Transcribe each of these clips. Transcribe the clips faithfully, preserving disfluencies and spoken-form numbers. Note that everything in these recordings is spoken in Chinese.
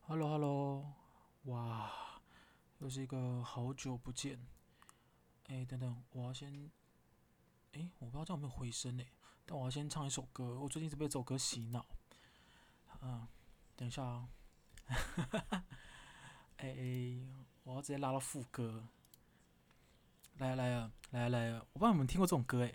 h e l l o h e l l o 哇，又是一个好久不见。哎，等等，我要先，哎，我不知道这样有没有回声哎，但我要先唱一首歌。我最近一直被这首歌洗脑。嗯，等一下啊。哎哎，我要直接拉到副歌。来来了，来来了，我不知道你们听过这种歌哎。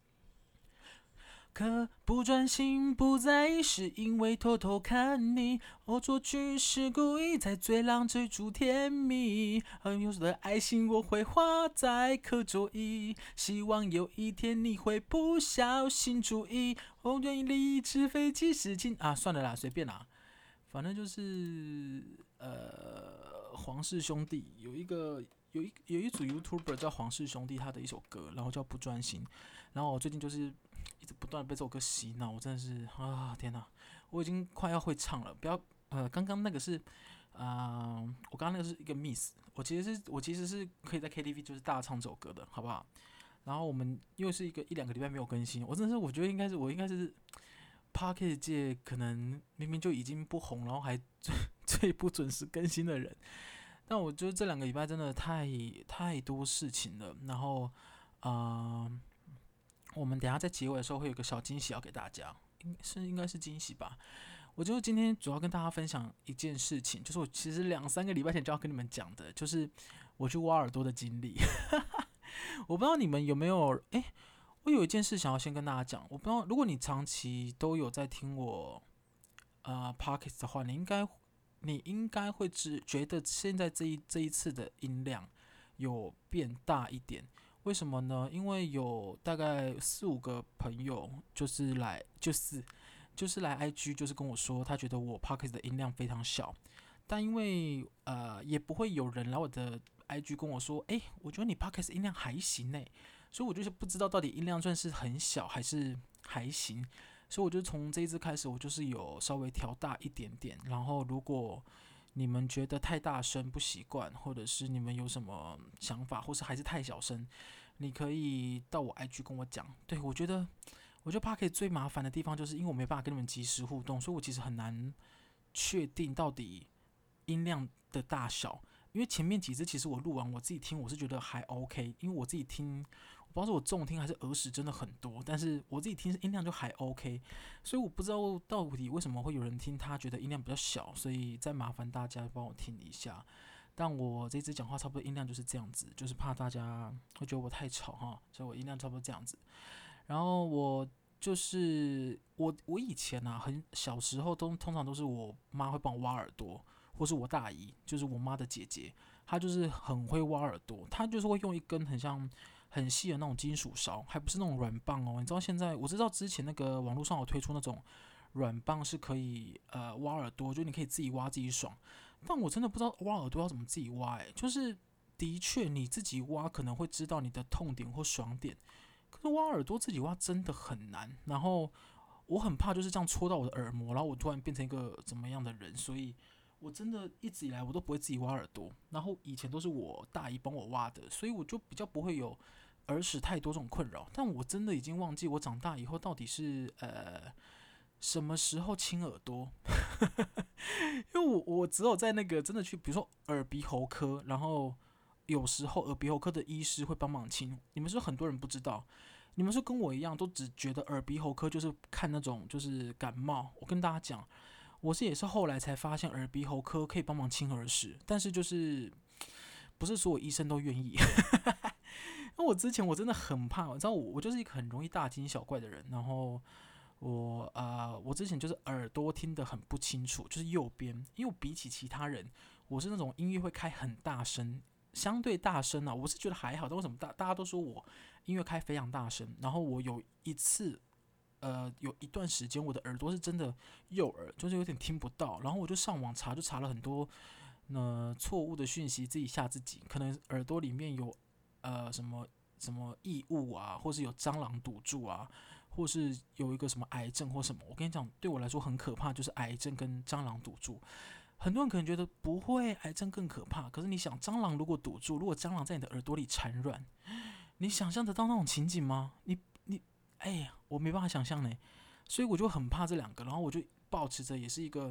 可不专心不在意，是因为偷偷看你。恶作剧是故意在追浪追逐甜蜜。很有的爱心我会画在课桌椅，希望有一天你会不小心注意。我愿意理智飞机事情啊，算了啦，随便啦，反正就是呃，黄氏兄弟有一个有一有一组 YouTuber 叫黄氏兄弟，他的一首歌，然后叫不专心，然后我最近就是一直不断的被这首歌洗脑，我真的是啊天哪，我已经快要会唱了，不要呃，刚刚那个是啊、呃我刚刚那个是一个 miss，我其实是我其实是可以在 K T V 就是大唱这首歌的，好不好？然后我们又是一个一两个礼拜没有更新，我真的是我觉得应该是我应该是 Podcast 界可能明明就已经不红，然后还最最不准时更新的人。但我觉得这两个礼拜真的太太多事情了。然后，啊、呃，我们等一下在结尾的时候会有个小惊喜要给大家，应是应该是惊喜吧。我就今天主要跟大家分享一件事情，就是我其实两三个礼拜前就要跟你们讲的，就是我去挖耳朵的经历。我不知道你们有没有，哎，我有一件事想要先跟大家讲，我不知道如果你长期都有在听我呃 Pockets 的话，你应该你应该会知觉得现在这一这一次的音量有变大一点。为什么呢？因为有大概四五个朋友就是来就是就是来 I G 就是跟我说，他觉得我 Pockets 的音量非常小，但因为呃也不会有人来我的 I G 跟我说，哎，我觉得你 Pockets 音量还行呢，所以我就是不知道到底音量算是很小还是还行。所以我就从这一支开始，我就是有稍微调大一点点。然后如果你们觉得太大声不习惯，或者是你们有什么想法，或是还是太小声，你可以到我 I G 跟我讲。对，我觉得，我觉得 p a r k e 最麻烦的地方就是因为我没办法跟你们及时互动，所以我其实很难确定到底音量的大小。因为前面几支其实我录完我自己听，我是觉得还 OK，因为我自己听，我不知道是我重听还是耳屎真的很多，但是我自己听音量就还 OK，所以我不知道到底为什么会有人听他觉得音量比较小，所以再麻烦大家帮我听一下。但我这支讲话差不多音量就是这样子，就是怕大家会觉得我太吵哈，所以我音量差不多这样子。然后我就是我我以前啊，很小时候都通常都是我妈会帮我挖耳朵，或是我大姨，就是我妈的姐姐，她就是很会挖耳朵，她就是会用一根很像很细的那种金属勺，还不是那种软棒哦。你知道现在我知道之前那个网络上有推出那种软棒是可以呃挖耳朵，就你可以自己挖自己爽，但我真的不知道挖耳朵要怎么自己挖，诶，就是的确你自己挖可能会知道你的痛点或爽点。可是挖耳朵自己挖真的很难，然后我很怕就是这样戳到我的耳膜，然后我突然变成一个怎么样的人，所以我真的一直以来我都不会自己挖耳朵，然后以前都是我大姨帮我挖的，所以我就比较不会有耳屎太多这种困扰。但我真的已经忘记我长大以后到底是呃什么时候清耳朵，因为我我只有在那个真的去，比如说耳鼻喉科，然后有时候耳鼻喉科的医师会帮忙清。你们是不是很多人不知道？你们是跟我一样，都只觉得耳鼻喉科就是看那种就是感冒。我跟大家讲，我是也是后来才发现耳鼻喉科可以帮忙清耳屎，但是就是不是所有医生都愿意。因为我之前我真的很怕，你知道我我就是一个很容易大惊小怪的人，然后我呃我之前就是耳朵听得很不清楚，就是右边，因为我比起其他人，我是那种音乐会开很大声，相对大声啊，我是觉得还好，但为什么大大家都说我音乐开非常大声？然后我有一次，呃，有一段时间我的耳朵是真的右耳，就是有点听不到，然后我就上网查，就查了很多呃错误的讯息，自己吓自己，可能耳朵里面有呃什么什么异物啊，或是有蟑螂堵住啊，或是有一个什么癌症或什么。我跟你讲，对我来说很可怕，就是癌症跟蟑螂堵住。很多人可能觉得不会，癌症更可怕。可是你想，蟑螂如果堵住，如果蟑螂在你的耳朵里产卵，你想象得到那种情景吗？你你，哎呀，我没办法想象呢。所以我就很怕这两个，然后我就保持着也是一个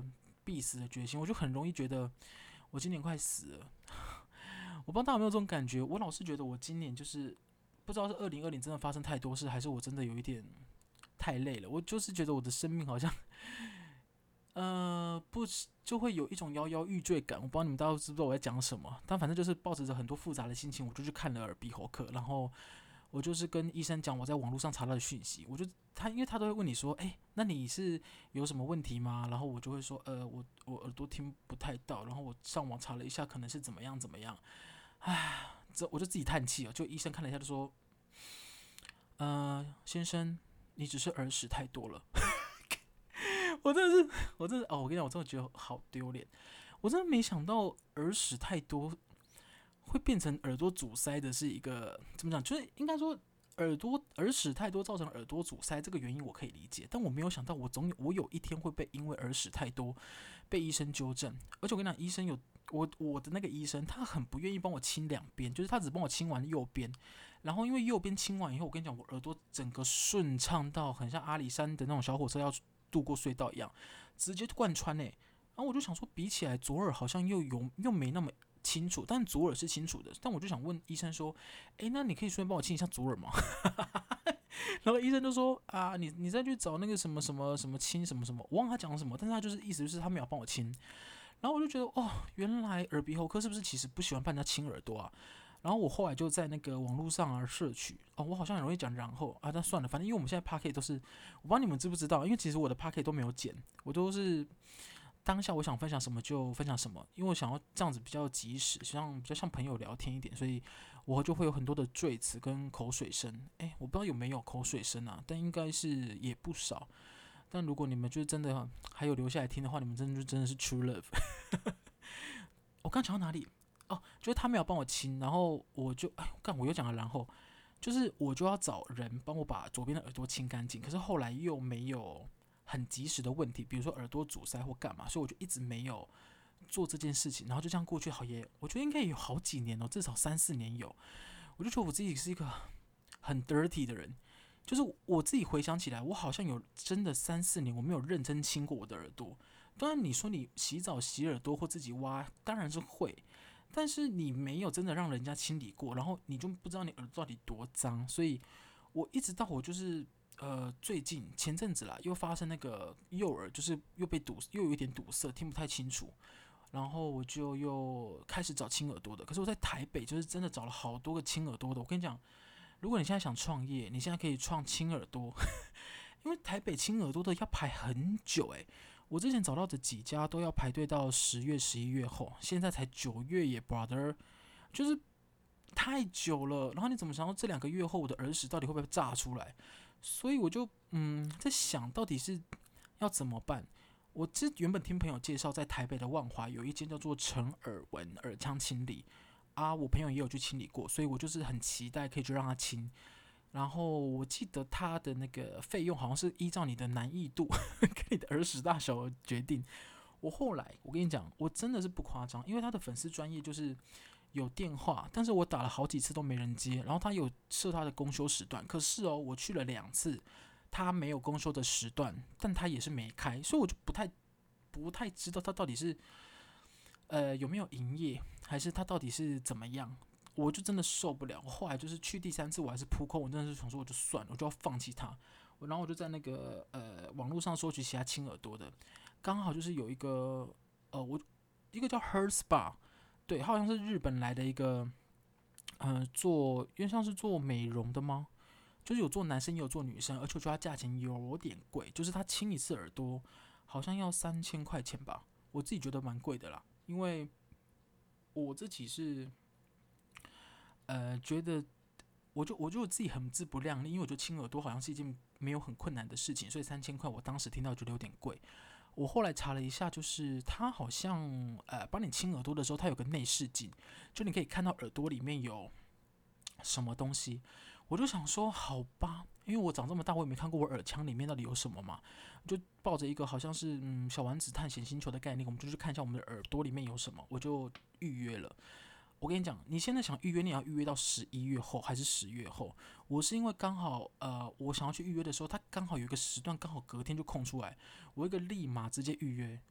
必死的决心，我就很容易觉得我今年快死了。我不知道大家有没有这种感觉，我老是觉得我今年就是不知道是二零二零真的发生太多事，还是我真的有一点太累了。我就是觉得我的生命好像，呃，不就会有一种摇摇欲坠感。我不知道你们大家知不知道我在讲什么，但反正就是抱着很多复杂的心情，我就去看了耳鼻喉科，然后我就是跟医生讲我在网络上查到的讯息，我就他因为他都会问你说，哎、欸，那你是有什么问题吗？然后我就会说，呃，我我耳朵听不太到，然后我上网查了一下，可能是怎么样怎么样。唉，这我就自己叹气了。就医生看了一下，就说：“呃，先生，你只是耳屎太多了。”我真的是，我真的哦，我跟你讲，我真的觉得好丢脸。我真的没想到耳屎太多会变成耳朵阻塞的，是一个怎么讲？就是应该说耳朵耳屎太多造成耳朵阻塞这个原因我可以理解，但我没有想到我总有我有一天会被因为耳屎太多被医生纠正。而且我跟你讲，医生有我我的那个医生，他很不愿意帮我清两边，就是他只帮我清完右边，然后因为右边清完以后，我跟你讲，我耳朵整个顺畅到很像阿里山的那种小火车要渡过隧道一样，直接贯穿诶、欸。然后我就想说，比起来左耳好像又有又没那么清楚，但左耳是清楚的。但我就想问医生说，诶，那你可以顺便帮我清一下左耳吗？然后医生就说啊，你你再去找那个什么什么什么清什么什么，我忘了他讲什么，但是他就是意思就是他没有帮我清。然后我就觉得哦，原来耳鼻喉科是不是其实不喜欢帮人家清耳朵啊？然后我后来就在那个网络上啊摄取哦，我好像很容易讲然后啊，但算了，反正因为我们现在 p a r k 都是，我不知道你们知不知道，因为其实我的 p a r k 都没有剪，我都是当下我想分享什么就分享什么，因为我想要这样子比较及时，像比较像朋友聊天一点，所以我就会有很多的赘词跟口水声。哎，我不知道有没有口水声啊，但应该是也不少。但如果你们就真的还有留下来听的话，你们真的就真的是 true love。我刚讲到哪里？哦，就是他没有帮我清，然后我就哎，干我又讲了，然后就是我就要找人帮我把左边的耳朵清干净，可是后来又没有很及时的问题，比如说耳朵阻塞或干嘛，所以我就一直没有做这件事情，然后就这样过去好也，我觉得应该有好几年哦，至少三四年有，我就觉得我自己是一个很 dirty 的人。就是我自己回想起来，我好像有真的三四年我没有认真清过我的耳朵。当然，你说你洗澡洗耳朵或自己挖，当然是会，但是你没有真的让人家清理过，然后你就不知道你耳朵到底多脏。所以我一直到我就是呃最近前阵子啦，又发生那个右耳就是又被堵，又有一点堵塞，听不太清楚。然后我就又开始找清耳朵的，可是我在台北就是真的找了好多个清耳朵的。我跟你讲，如果你现在想创业，你现在可以创清耳朵，因为台北清耳朵的要排很久诶、欸。我之前找到的几家都要排队到十月、十一月后，现在才九月耶 ，brother，就是太久了。然后你怎么想到这两个月后我的耳屎到底会不会炸出来？所以我就嗯在想到底是要怎么办。我之原本听朋友介绍，在台北的万华有一间叫做陈耳文耳腔清理啊，我朋友也有去清理过，所以我就是很期待可以去让他清。然后我记得他的那个费用好像是依照你的难易度跟你的耳屎大小而决定。我后来我跟你讲，我真的是不夸张，因为他的粉丝专业就是有电话，但是我打了好几次都没人接，然后他有设他的公休时段，可是哦，我去了两次，他没有公休的时段，但他也是没开，所以我就不太不太知道他到底是呃有没有营业，还是他到底是怎么样。我就真的受不了，我后来就是去第三次，我还是扑空，我真的是想说我就算了，我就要放弃它。然后我就在那个呃网络上搜取其他亲耳朵的，刚好就是有一个呃我一个叫 Her Spa， 对，好像是日本来的一个呃做，因为像是做美容的吗？就是有做男生也有做女生，而且我觉得它价钱有点贵，就是他清一次耳朵好像要三千块钱吧，我自己觉得蛮贵的啦，因为我自己是。呃，觉得我就我就自己很自不量力，因为我觉得清耳朵好像是一件没有很困难的事情，所以三千块我当时听到觉得有点贵。我后来查了一下，就是它好像呃帮你清耳朵的时候，它有个内视镜，就你可以看到耳朵里面有什么东西。我就想说，好吧，因为我长这么大，我也没看过我耳腔里面到底有什么嘛，就抱着一个好像是嗯小丸子探险星球的概念，我们就去看一下我们的耳朵里面有什么，我就预约了。我跟你讲，你现在想预约，你要预约到十一月后还是十月后？我是因为刚好，呃，我想要去预约的时候，他刚好有一个时段，刚好隔天就空出来，我一个立马直接预约。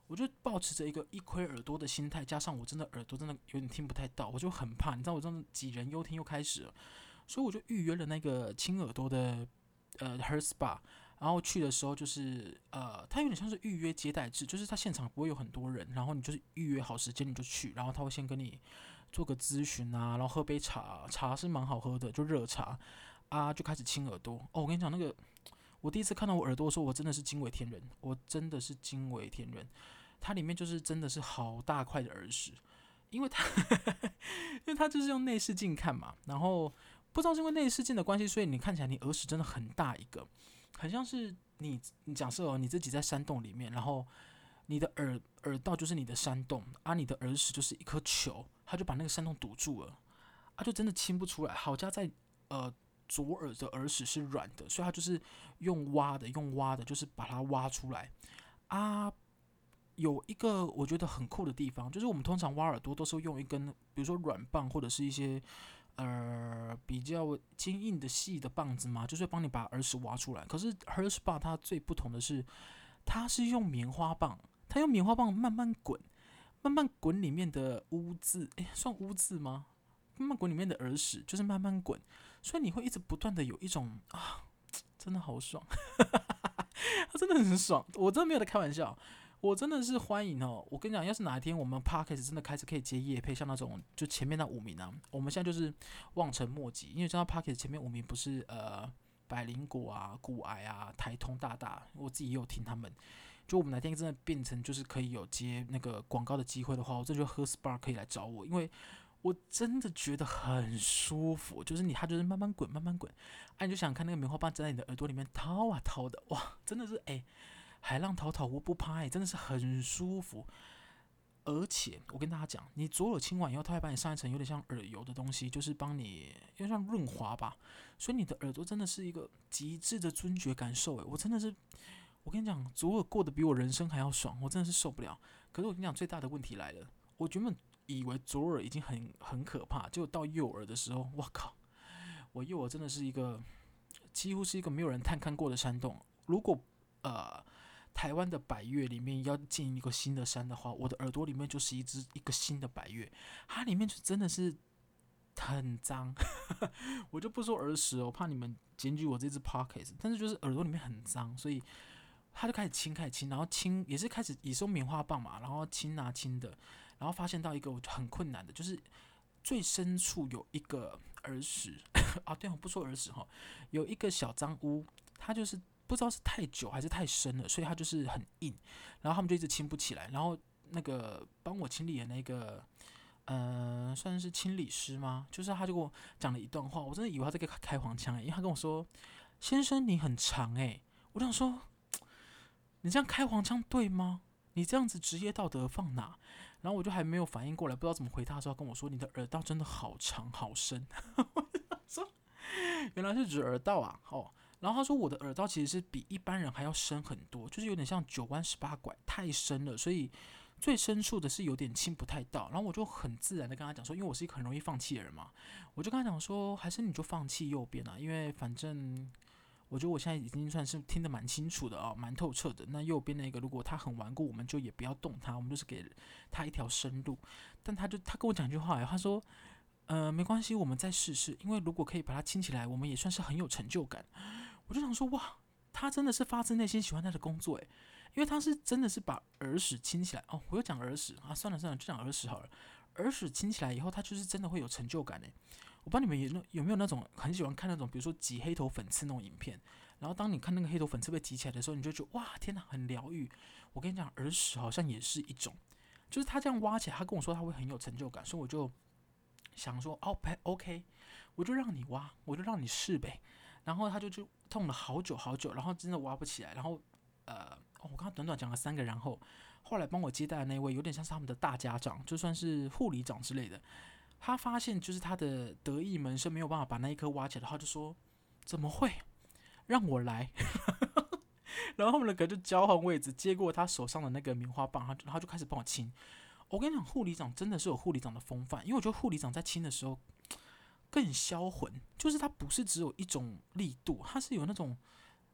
我就抱持着一个一窥耳朵的心态，加上我真的耳朵真的有点听不太到，我就很怕，你知道我真的杞人忧天又开始了，所以我就预约了那个亲耳朵的呃 Her Spa，然后去的时候就是呃，它有点像是预约接待制，就是它现场不会有很多人，然后你就是预约好时间你就去，然后他会先跟你做个咨询啊，然后喝杯茶，茶是蛮好喝的，就热茶啊，就开始亲耳朵。哦，我跟你讲那个。我第一次看到我耳朵的时候，我真的是惊为天人，我真的是惊为天人。它里面就是真的是好大块的耳屎，因为它因为它就是用内视镜看嘛，然后不知道是因为内视镜的关系，所以你看起来你耳屎真的很大一个，很像是你你假设哦你自己在山洞里面，然后你的耳耳道就是你的山洞，啊你的耳屎就是一颗球，它就把那个山洞堵住了，啊就真的清不出来。好家在呃左耳的耳屎是软的，所以它就是用挖的用挖的，就是把它挖出来啊。有一个我觉得很酷的地方，就是我们通常挖耳朵都是用一根，比如说软棒或者是一些呃比较坚硬的细的棒子嘛，就是会帮你把耳屎挖出来。可是 Her Spa 它最不同的是，它是用棉花棒，它用棉花棒慢慢滚，慢慢滚里面的污渍，诶，算污渍吗？慢慢滚里面的耳屎，就是慢慢滚，所以你会一直不断的有一种啊，真的好爽，它真的很爽，我真的没有在开玩笑。我真的是欢迎哦！我跟你讲，要是哪一天我们 Podcast 真的开始可以接业配，像那种就前面那五名啊，我们现在就是望尘莫及，因为知道 Podcast 前面五名不是呃百灵果啊、骨癌啊、台通大大，我自己也有听他们。就我们哪天真的变成就是可以有接那个广告的机会的话，我这就喝 S P A 可以来找我，因为我真的觉得很舒服，就是你它就是慢慢滚，慢慢滚，啊，你就想看那个棉花棒在你的耳朵里面掏啊掏的，哇，真的是哎。欸海浪滔滔我不怕、欸，真的是很舒服。而且我跟大家讲，你左耳清完以后，它会把你上一层有点像耳油的东西，就是帮你有点像润滑吧。所以你的耳朵真的是一个极致的尊爵感受、欸。我真的是，我跟你讲，左耳过得比我人生还要爽，我真的是受不了。可是我跟你讲，最大的问题来了，我原本以为左耳已经很很可怕，结果到右耳的时候，我靠，我右耳真的是一个几乎是一个没有人探看过的山洞。如果呃。台湾的百岳里面要进一个新的山的话，我的耳朵里面就是一只一个新的百岳，它里面就真的是很脏，我就不说耳屎，我怕你们检举我这只 podcast， 但是就是耳朵里面很脏，所以他就开始清，开始清，然后清也是开始也是用棉花棒嘛，然后清啊清的，然后发现到一个很困难的，就是最深处有一个耳屎啊，对，我不说耳屎哈，有一个小脏污，它就是。不知道是太久还是太深了，所以它就是很硬，然后他们就一直清不起来。然后那个帮我清理的那个，呃，算是清理师吗？就是他就跟我讲了一段话，我真的以为他在给开黄腔、欸，因为他跟我说：“先生，你很长哎、欸。”我想说，你这样开黄腔对吗？你这样子职业道德放哪？然后我就还没有反应过来，不知道怎么回他的时候，跟我说：“你的耳道真的好长好深。”我就说：“原来是指耳道啊！”哦。然后他说我的耳道其实是比一般人还要深很多，就是有点像九弯十八拐，太深了，所以最深处的是有点亲不太到。然后我就很自然的跟他讲说，因为我是一个很容易放弃的人嘛，我就跟他讲说，还是你就放弃右边啊，因为反正我觉得我现在已经算是听得蛮清楚的啊、哦，蛮透彻的。那右边那个如果他很顽固，我们就也不要动它，我们就是给他一条生路。但他就他跟我讲一句话，他说。呃，没关系，我们再试试，因为如果可以把它清起来，我们也算是很有成就感。我就想说，哇，他真的是发自内心喜欢他的工作，诶，因为他是真的是把耳屎清起来。哦，我又讲耳屎啊，算了算了，就讲耳屎好了。耳屎清起来以后，他就是真的会有成就感，诶。我不知道你们有有没有那种很喜欢看那种，比如说挤黑头粉刺那种影片，然后当你看那个黑头粉刺被挤起来的时候，你就觉得哇，天哪，很疗愈。我跟你讲，耳屎好像也是一种，就是他这样挖起来，他跟我说他会很有成就感，所以我就。想说哦，OK，我就让你挖，我就让你试呗。然后他就就痛了好久好久，然后真的挖不起来。然后呃，哦、我刚刚短短讲了三个，然后后来帮我接待的那位有点像是他们的大家长，就算是护理长之类的。他发现就是他的得意门生没有办法把那一颗挖起来，他就说怎么会？让我来。然后他们两个就交换位置，接过他手上的那个棉花棒，然后他就开始帮我清。我跟你讲，护理长真的是有护理长的风范，因为我觉得护理长在亲的时候更销魂，就是他不是只有一种力度，他是有那种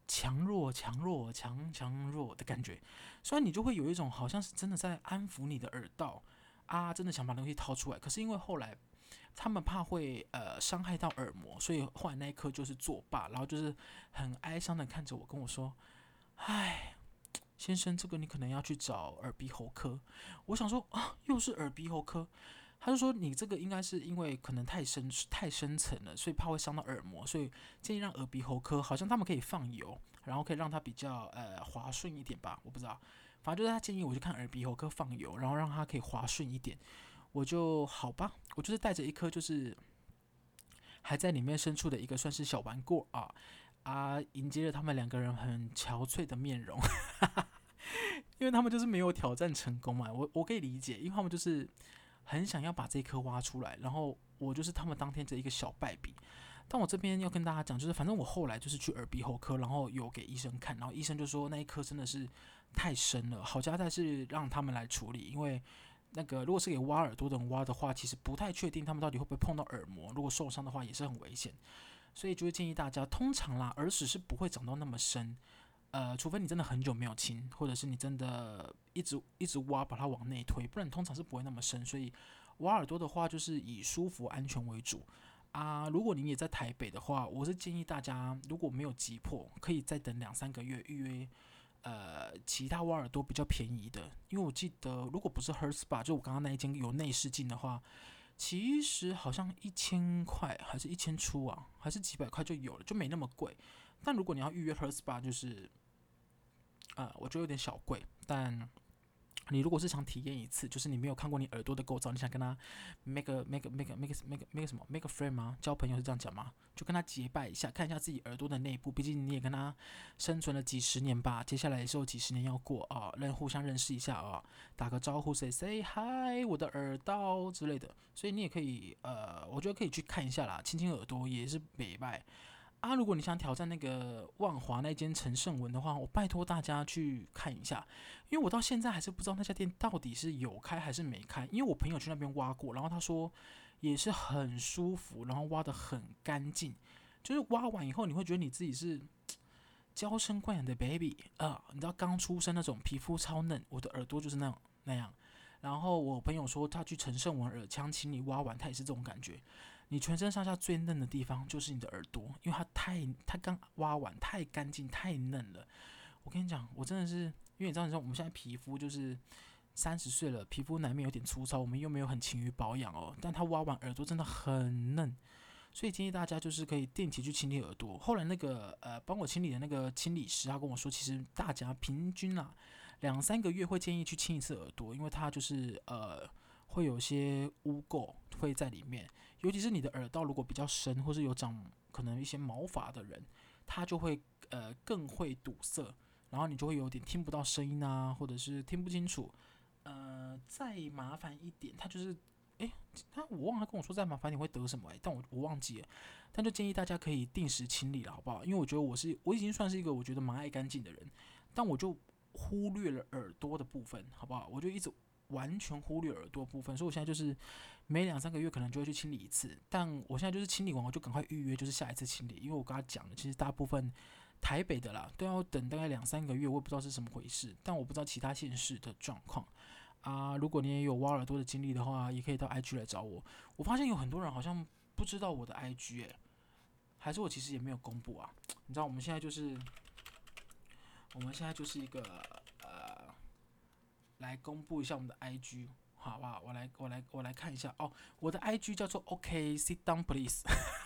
强弱强弱强强弱的感觉，虽然你就会有一种好像是真的在安抚你的耳道啊，真的想把东西掏出来，可是因为后来他们怕会呃伤害到耳膜，所以后来那一刻就是作罢，然后就是很哀伤的看着我跟我说：唉，先生，这个你可能要去找耳鼻喉科。我想说啊，又是耳鼻喉科。他就说你这个应该是因为可能太深太深层了，所以怕会伤到耳膜，所以建议让耳鼻喉科，好像他们可以放油，然后可以让它比较呃滑顺一点吧，我不知道，反正就是他建议我去看耳鼻喉科放油，然后让它可以滑顺一点。我就好吧，我就是带着一颗就是还在里面深处的一个算是小顽固啊啊，迎接着他们两个人很憔悴的面容，因为他们就是没有挑战成功嘛，我我可以理解，因为他们就是很想要把这一颗挖出来，然后我就是他们当天的一个小败笔。但我这边要跟大家讲，就是反正我后来就是去耳鼻喉科，然后有给医生看，然后医生就说那一颗真的是太深了，好家在是让他们来处理，因为那个如果是给挖耳朵的人挖的话，其实不太确定他们到底会不会碰到耳膜，如果受伤的话也是很危险，所以就会建议大家，通常啦，耳屎是不会长到那么深，呃，除非你真的很久没有清，或者是你真的一直一直挖把它往内推，不然通常是不会那么深。所以挖耳朵的话，就是以舒服安全为主啊。如果你也在台北的话，我是建议大家如果没有急迫，可以再等两三个月预约。呃，其他挖耳朵比较便宜的，因为我记得如果不是 Herspa，就我刚刚那一间有内视镜的话，其实好像一千块还是一千出啊，还是几百块就有了，就没那么贵。但如果你要预约 Herspa，就是呃，我觉得有点小贵，但你如果是想体验一次，就是你没有看过你耳朵的构造，你想跟他 make a make a make a make a make a make a 什么 make a friend 吗？交朋友是这样讲吗？就跟他结拜一下，看一下自己耳朵的内部，毕竟你也跟他生存了几十年吧，接下来也是有几十年要过啊，认互相认识一下啊，打个招呼，say say hi，我的耳道之类的，所以你也可以呃，我觉得可以去看一下啦，亲亲耳朵也是美拜。啊，如果你想挑战那个万华那间陈胜文的话，我拜托大家去看一下，因为我到现在还是不知道那家店到底是有开还是没开。因为我朋友去那边挖过，然后他说也是很舒服，然后挖得很干净，就是挖完以后你会觉得你自己是娇生惯养的 baby 啊、呃，你知道刚出生那种皮肤超嫩，我的耳朵就是那样那样。然后我朋友说他去陈胜文耳腔清理挖完，他也是这种感觉。你全身上下最嫩的地方就是你的耳朵，因为它太它刚挖完太干净太嫩了。我跟你讲，我真的是因为你知道，你知道我们现在皮肤就是三十岁了，皮肤难免有点粗糙，我们又没有很勤于保养哦。但他挖完耳朵真的很嫩，所以建议大家就是可以定期去清理耳朵。后来那个呃帮我清理的那个清理师，他跟我说，其实大家平均啦两三个月会建议去清一次耳朵，因为它就是呃会有些污垢会在里面。尤其是你的耳道如果比较深，或是有长可能一些毛发的人，他就会呃更会堵塞，然后你就会有点听不到声音啊，或者是听不清楚。呃，再麻烦一点，他就是诶，他我忘了他跟我说再麻烦一点会得什么诶，但我我忘记了。但就建议大家可以定时清理了，好不好？因为我觉得我是我已经算是一个我觉得蛮爱干净的人，但我就忽略了耳朵的部分，好不好？我就一直完全忽略耳朵部分，所以我现在就是每两三个月可能就会去清理一次，但我现在就是清理完我就赶快预约，就是下一次清理，因为我跟他讲了，其实大部分台北的啦都要等大概两三个月，我也不知道是什么回事，但我不知道其他县市的状况啊。如果你也有挖耳朵的经历的话，也可以到 I G 来找我。我发现有很多人好像不知道我的 I G 哎、欸，还是我其实也没有公布啊？你知道我们现在就是我们现在就是一个呃，来公布一下我们的 I G。好不好？我来，我来，我来看一下哦。我的 I G 叫做 OK Sit Down Please，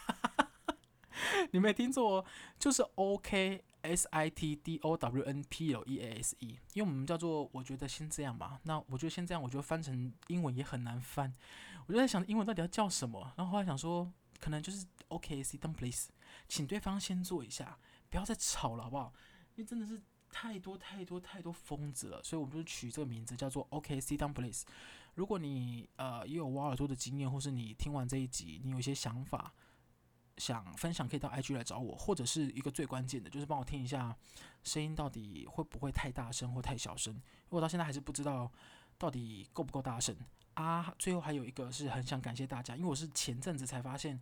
你没听错哦，就是 OK S I T D O W N P L E A S E。因为我们叫做我觉得先这样吧。那我觉得先这样，我觉得翻成英文也很难翻。我就在想英文到底要叫什么，然后后来想说，可能就是 OK Sit Down Please， 请对方先坐一下，不要再吵了，好不好？因为真的是太多太多太多疯子了，所以我们就取这个名字叫做 OK Sit Down Please。如果你呃也有挖耳朵的经验，或是你听完这一集，你有一些想法想分享，可以到 I G 来找我，或者是一个最关键的，就是帮我听一下声音到底会不会太大声或太小声，因为我到现在还是不知道到底够不够大声啊。最后还有一个是很想感谢大家，因为我是前阵子才发现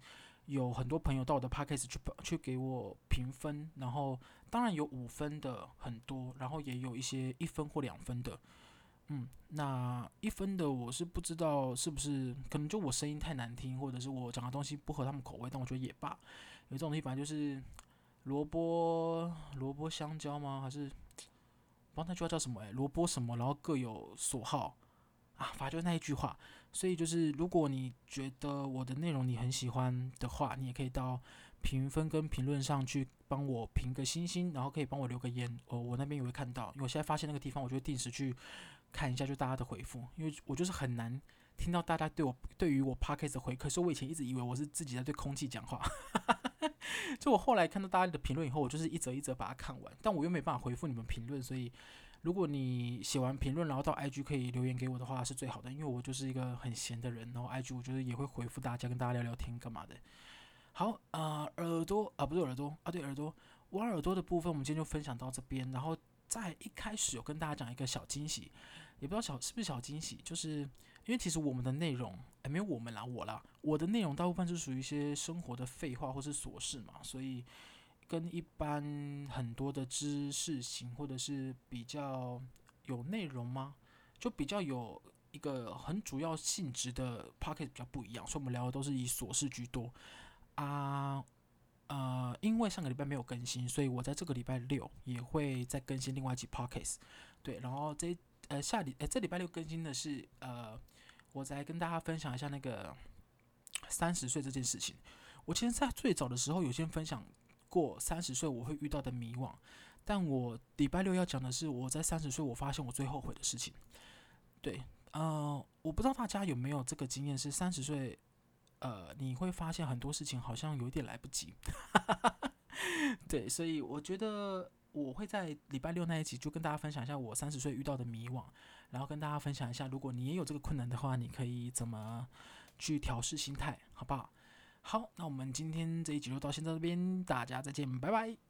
有很多朋友到我的 podcast 去去给我评分，然后当然有五分的很多，然后也有一些一分或两分的。嗯，那一分的我是不知道是不是可能就我声音太难听，或者是我讲的东西不合他们口味，但我觉得也罢。有这种东西本来就是萝卜萝卜香蕉吗？还是不知道那句话叫什么、欸？哎，萝卜什么，然后各有所好啊，反正就是那一句话。所以就是，如果你觉得我的内容你很喜欢的话，你也可以到评分跟评论上去帮我评个星星，然后可以帮我留个言，哦，我那边也会看到。因为我现在发现那个地方，我就会定时去看一下，就大家的回复，因为我就是很难听到大家对我对于我 podcast 的回馈，所以我以前一直以为我是自己在对空气讲话。就我后来看到大家的评论以后，我就是一则一则把它看完，但我又没办法回复你们评论，所以如果你写完评论，然后到 I G 可以留言给我的话，是最好的，因为我就是一个很闲的人，然后 I G 我觉得也会回复大家，跟大家聊聊天干嘛的。好，呃，耳朵啊，不是耳朵啊，对，耳朵，挖耳朵的部分，我们今天就分享到这边，然后在一开始有跟大家讲一个小惊喜，也不知道小是不是小惊喜，就是因为其实我们的内容，哎，没有我们啦，我啦，我的内容大部分是属于一些生活的废话或是琐事嘛，所以跟一般很多的知识型或者是比较有内容吗？就比较有一个很主要性质的 p o c k e t 比较不一样，所以我们聊的都是以琐事居多啊。呃，因为上个礼拜没有更新，所以我在这个礼拜六也会再更新另外一集 podcast。对，然后这呃下礼呃这礼拜六更新的是呃，我再跟大家分享一下那个三十岁这件事情。我其实，在最早的时候有先分享过三十岁我会遇到的迷惘，但我礼拜六要讲的是我在三十岁我发现我最后悔的事情。对，呃，我不知道大家有没有这个经验，是三十岁，呃，你会发现很多事情好像有一点来不及。对，所以我觉得我会在礼拜六那一集就跟大家分享一下我三十岁遇到的迷惘，然后跟大家分享一下，如果你也有这个困难的话，你可以怎么去调试心态，好不好？好，那我们今天这一集就到先到这边，大家再见，拜拜。